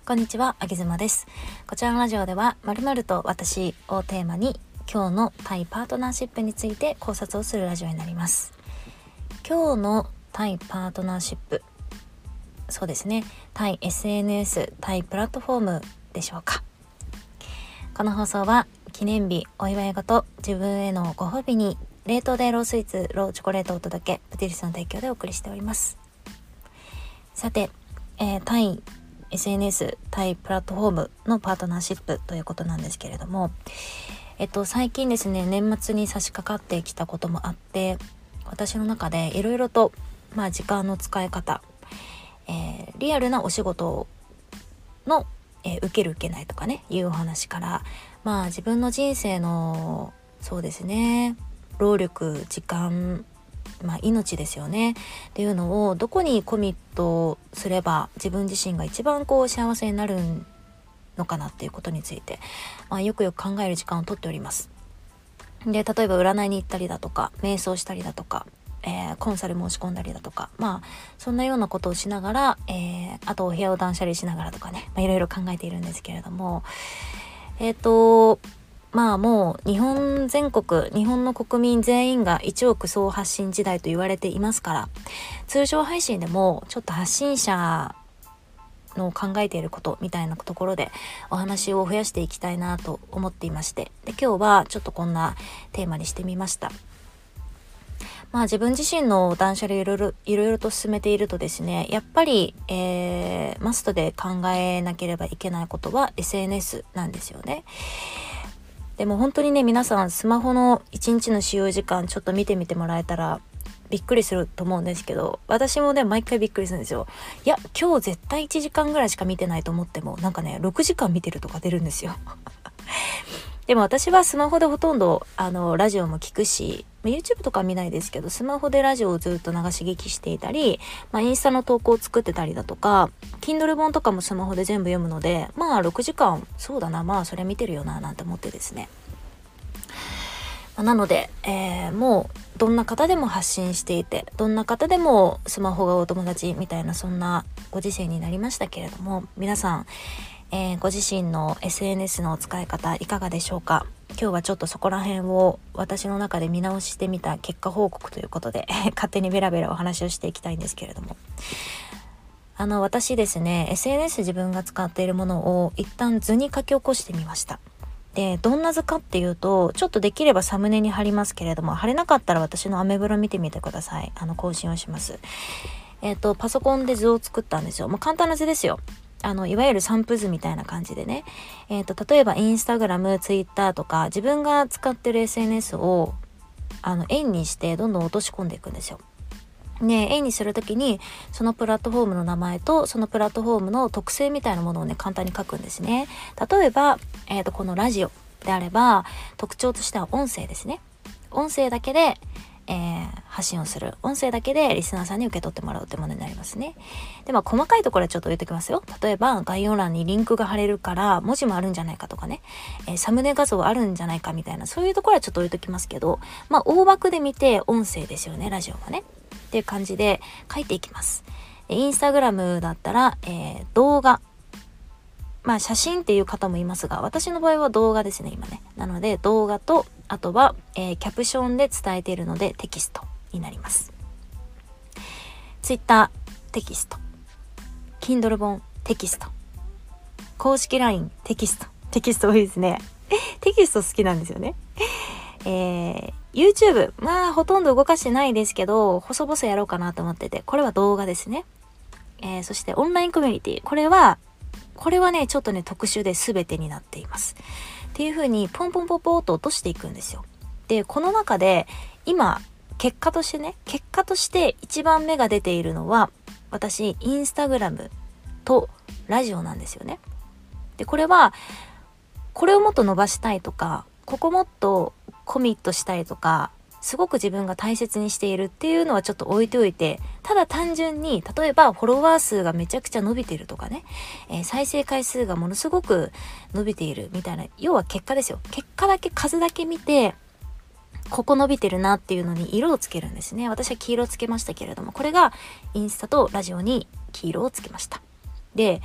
こんにちは、あげずまです。こちらのラジオでは〇〇と私をテーマに今日のタイパートナーシップについて考察をするラジオになります。今日のタイパートナーシップ、そうですね、タイ SNS、タイプラットフォームでしょうか。この放送は記念日、お祝い事、自分へのご褒美に冷凍でロースイーツ、ローチョコレートをお届け、プティリスの提供でお送りしております。さて、タイ SNS タイプラットフォームのパートナーシップということなんですけれども、最近ですね、年末に差し掛かってきたこともあって、私の中でいろいろと、時間の使い方、リアルなお仕事の、受ける受けないとかねいうお話から、自分の人生のそうですね、労力、時間、命ですよねっていうのをどこにコミットすれば自分自身が一番幸せになるのかなっていうことについて、よくよく考える時間をとっております。で、例えば占いに行ったりだとか瞑想したりだとか、コンサル申し込んだりだとか、そんなようなことをしながら、あとお部屋を断捨離しながらとかね、いろいろ考えているんですけれども、もう日本の国民全員が1億総発信時代と言われていますから、通常配信でもちょっと発信者の考えていることみたいなところでお話を増やしていきたいなと思っていまして、で今日はちょっとこんなテーマにしてみました。自分自身の断捨離いろいろと進めているとですね、やっぱり、マストで考えなければいけないことは SNS なんですよね。でも本当にね、皆さんスマホの1日の使用時間ちょっと見てみてもらえたらびっくりすると思うんですけど、私もね毎回びっくりするんですよ。いや、今日絶対1時間ぐらいしか見てないと思っても、6時間見てるとか出るんですよでも私はスマホでほとんどラジオも聞くし、YouTube とか見ないですけど、スマホでラジオをずっと流し聞きしていたり、インスタの投稿を作ってたりだとか、Kindle 本とかもスマホで全部読むので、6時間そうだな、それ見てるよななんて思ってですね。なので、もうどんな方でも発信していて、どんな方でもスマホがお友達みたいな、そんなご時世になりましたけれども、皆さん、ご自身の SNS の使い方いかがでしょうか。今日はちょっとそこら辺を私の中で見直してみた結果報告ということで勝手にベラベラお話をしていきたいんですけれども、私ですね、 SNS 自分が使っているものを一旦図に書き起こしてみました。で、どんな図かっていうと、ちょっとできればサムネに貼りますけれども、貼れなかったら私のアメブロ見てみてください。更新をします。パソコンで図を作ったんですよ。簡単な図ですよ。いわゆる散布図みたいな感じでね、例えばインスタグラム、ツイッターとか自分が使ってる SNS を円にしてどんどん落とし込んでいくんですよ。円にするときにそのプラットフォームの名前とそのプラットフォームの特性みたいなものをね、簡単に書くんですね。例えば、このラジオであれば特徴としては音声ですね。音声だけで発信をする、音声だけでリスナーさんに受け取ってもらうってものになりますね。で、細かいところはちょっと言っておきますよ。例えば概要欄にリンクが貼れるから文字もあるんじゃないかとかね、サムネ画像あるんじゃないかみたいな、そういうところはちょっと置いときますけど、大枠で見て音声ですよね、ラジオはねっていう感じで書いていきます。インスタグラムだったら、動画、写真っていう方もいますが、私の場合は動画ですね今ね。なので動画と、あとは、キャプションで伝えているのでテキストになります。ツイッターテキスト、Kindle 本テキスト、公式 LINE テキスト多いですねテキスト好きなんですよね。YouTube ほとんど動かしてないですけど、細々やろうかなと思ってて、これは動画ですね。そしてオンラインコミュニティ、これはねちょっとね特殊で全てになっていますっていう風にポンポンポンポンと落としていくんですよ。で、この中で今結果として一番目が出ているのは、私インスタグラムとラジオなんですよね。で、これをもっと伸ばしたいとか、ここもっとコミットしたいとか、すごく自分が大切にしているっていうのはちょっと置いておいて、ただ単純に例えばフォロワー数がめちゃくちゃ伸びているとかね、再生回数がものすごく伸びているみたいな、要は結果ですよ。結果だけ、数だけ見て、ここ伸びてるなっていうのに色をつけるんですね。私は黄色をつけましたけれども、これがインスタとラジオに黄色をつけました。で、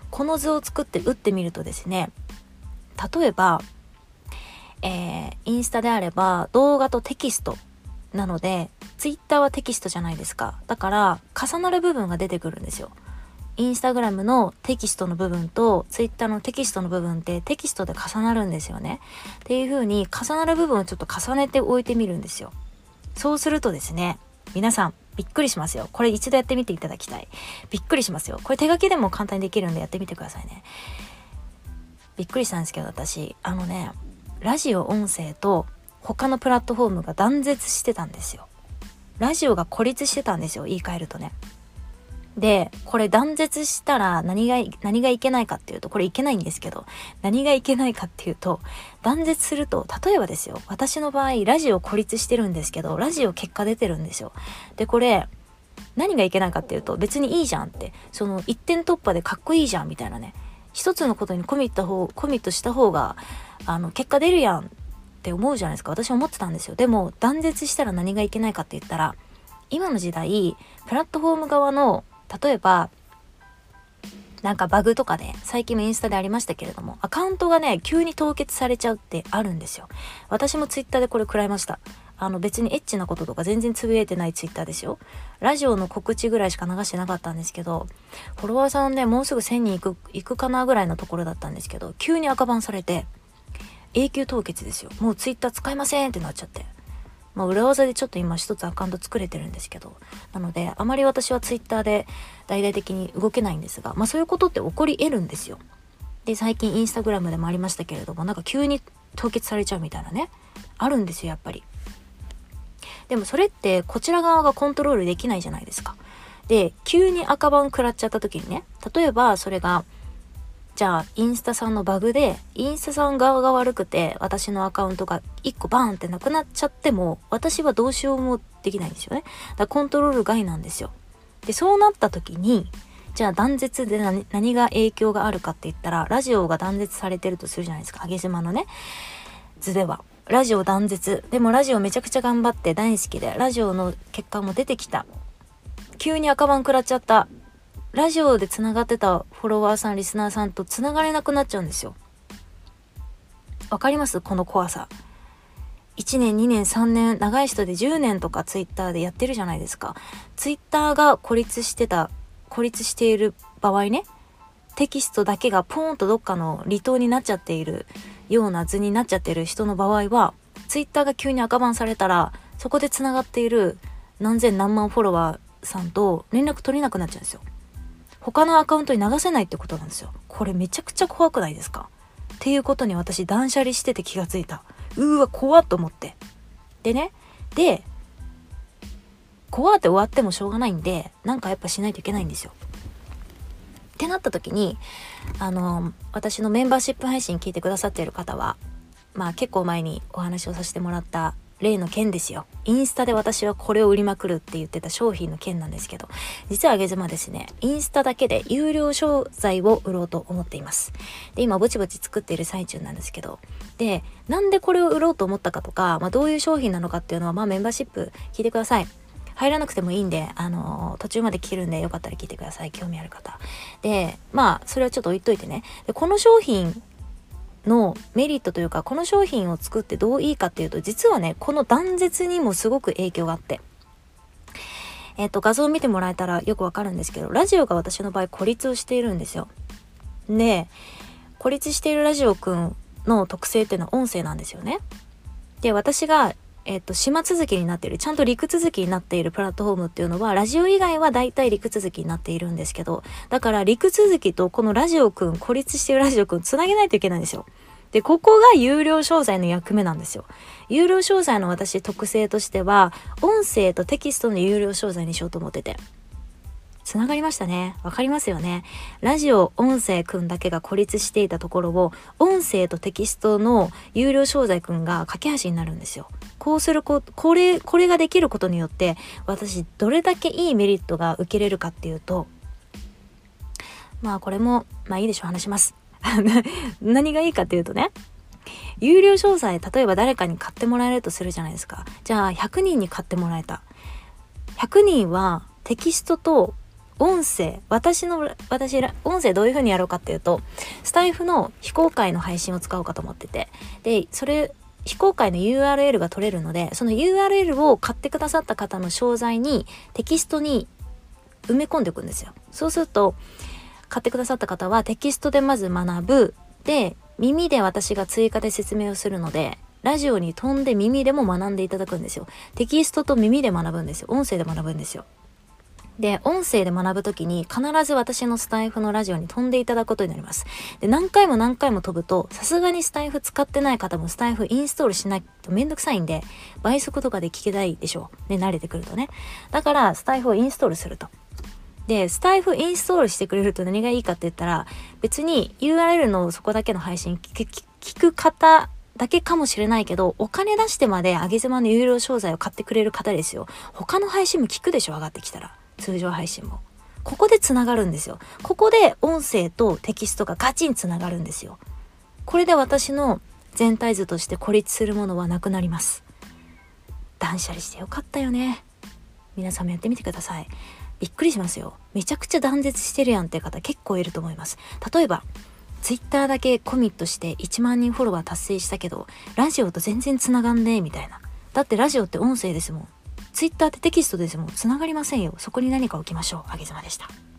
この図を作って打ってみるとですね、例えば、インスタであれば動画とテキストなので、ツイッターはテキストじゃないですか。だから重なる部分が出てくるんですよ。インスタグラムのテキストの部分とツイッターのテキストの部分ってテキストで重なるんですよね。っていう風に重なる部分をちょっと重ねておいてみるんですよ。そうするとですね、皆さんびっくりしますよ。これ一度やってみていただきたい。びっくりしますよ。これ手書きでも簡単にできるんでやってみてくださいね。びっくりしたんですけど、私ラジオ音声と他のプラットフォームが断絶してたんですよ。ラジオが孤立してたんですよ、言い換えるとね。で、これ断絶したら何がいけないかっていうと、これいけないんですけど、何がいけないかっていうと、断絶すると、例えばですよ、私の場合ラジオ孤立してるんですけど、ラジオ結果出てるんですよ。で、これ何がいけないかっていうと、別にいいじゃんって、その一点突破でかっこいいじゃんみたいなね、一つのことにコミットした方が結果出るやんって思うじゃないですか。私は思ってたんですよ。でも断絶したら何がいけないかって言ったら、今の時代プラットフォーム側の、例えばなんかバグとかで、最近もインスタでありましたけれども、アカウントがね急に凍結されちゃうってあるんですよ。私もツイッターでこれ食らいました。別にエッチなこととか全然つぶやいてないツイッターですよ。ラジオの告知ぐらいしか流してなかったんですけど、フォロワーさんね、もうすぐ1000人いくかなぐらいのところだったんですけど、急に赤バンされて永久凍結ですよ。もうツイッター使えませんってなっちゃって、裏技でちょっと今一つアカウント作れてるんですけど、なのであまり私はツイッターで大々的に動けないんですが、そういうことって起こり得るんですよ。で、最近インスタグラムでもありましたけれども、なんか急に凍結されちゃうみたいなね、あるんですよ、やっぱり。でもそれってこちら側がコントロールできないじゃないですか。で、急に赤バン食らっちゃった時にね、例えばそれが、じゃあインスタさんのバグで、インスタさん側が悪くて私のアカウントが1個バーンってなくなっちゃっても、私はどうしようもできないんですよね。だからコントロール外なんですよ。で、そうなった時に、じゃあ断絶で何が影響があるかって言ったら、ラジオが断絶されてるとするじゃないですか。上げ島のね図ではラジオ断絶。でもラジオめちゃくちゃ頑張って大好きで、ラジオの結果も出てきた。急に赤バン食らっちゃった。ラジオでつながってたフォロワーさん、リスナーさんとつながれなくなっちゃうんですよ。わかります？この怖さ。1年2年3年、長い人で10年とかツイッターでやってるじゃないですか。ツイッターが孤立している場合ね、テキストだけがポーンとどっかの離島になっちゃっているような図になっちゃってる人の場合は、ツイッターが急に赤バンされたら、そこでつながっている何千何万フォロワーさんと連絡取れなくなっちゃうんですよ。他のアカウントに流せないってことなんですよ。これめちゃくちゃ怖くないですか？っていうことに私断捨離してて気がついた。わ怖っと思って。で怖って終わってもしょうがないんで、なんかやっぱしないといけないんですよ。ってなった時に、私のメンバーシップ配信聞いてくださっている方は、結構前にお話をさせてもらった例の件ですよ。インスタで私はこれを売りまくるって言ってた商品の件なんですけど、実はあげ妻ですね、インスタだけで有料商材を売ろうと思っています。で、今ぼちぼち作っている最中なんですけど、で、なんでこれを売ろうと思ったかとか、どういう商品なのかっていうのは、メンバーシップ聞いてください。入らなくてもいいんで、途中まで聞けるんで、よかったら聞いてください。興味ある方。で、それはちょっと置いといてね。で、この商品のメリットというか、この商品を作ってどういいかっていうと、実はね、この断絶にもすごく影響があって、画像を見てもらえたらよくわかるんですけど、ラジオが私の場合孤立をしているんですよ。で、孤立しているラジオくんの特性っていうのは音声なんですよね。で、私が島続きになっている、ちゃんと陸続きになっているプラットフォームっていうのは、ラジオ以外はだいたい陸続きになっているんですけど、だから陸続きとこのラジオくん、孤立しているラジオくんつなげないといけないんですよ。で、ここが有料商材の役目なんですよ。有料商材の私特性としては、音声とテキストの有料商材にしようと思ってて、つながりましたね。わかりますよね。ラジオ、音声くんだけが孤立していたところを、音声とテキストの有料商材くんが架け橋になるんですよ。こうするこれができることによって、私どれだけいいメリットが受けれるかっていうと、これもいいでしょう、話します何がいいかっていうとね、有料商材、例えば誰かに買ってもらえるとするじゃないですか。じゃあ100人に買ってもらえた。100人はテキストと音声音声どういう風にやろうかっていうと、スタイフの非公開の配信を使おうかと思ってて、でそれ非公開の URL が取れるので、その URL を買ってくださった方の商材にテキストに埋め込んでいくんですよ。そうすると買ってくださった方はテキストでまず学ぶ、で耳で私が追加で説明をするので、ラジオに飛んで耳でも学んでいただくんですよ。テキストと耳で学ぶんですよ。音声で学ぶんですよ。で音声で学ぶときに必ず私のスタイフのラジオに飛んでいただくことになります。で何回も何回も飛ぶと、さすがにスタイフ使ってない方もスタイフインストールしないとめんどくさいんで、倍速とかで聞けないでしょうね、慣れてくるとね。だからスタイフをインストールすると。でスタイフインストールしてくれると何がいいかって言ったら、別に URL のそこだけの配信聞く方だけかもしれないけど、お金出してまで上げ妻の有料商材を買ってくれる方ですよ。他の配信も聞くでしょ、上がってきたら。通常配信もここでつながるんですよ。ここで音声とテキストがガチンつながるんですよ。これで私の全体図として孤立するものはなくなります。断捨離してよかったよね。皆さんもやってみてください。びっくりしますよ。めちゃくちゃ断絶してるやんって方結構いると思います。例えばツイッターだけコミットして1万人フォロワー達成したけど、ラジオと全然つながんねえみたいな。だってラジオって音声ですもん。ツイッターってテキストですもん。つながりませんよ。そこに何か置きましょう。あげずまでした。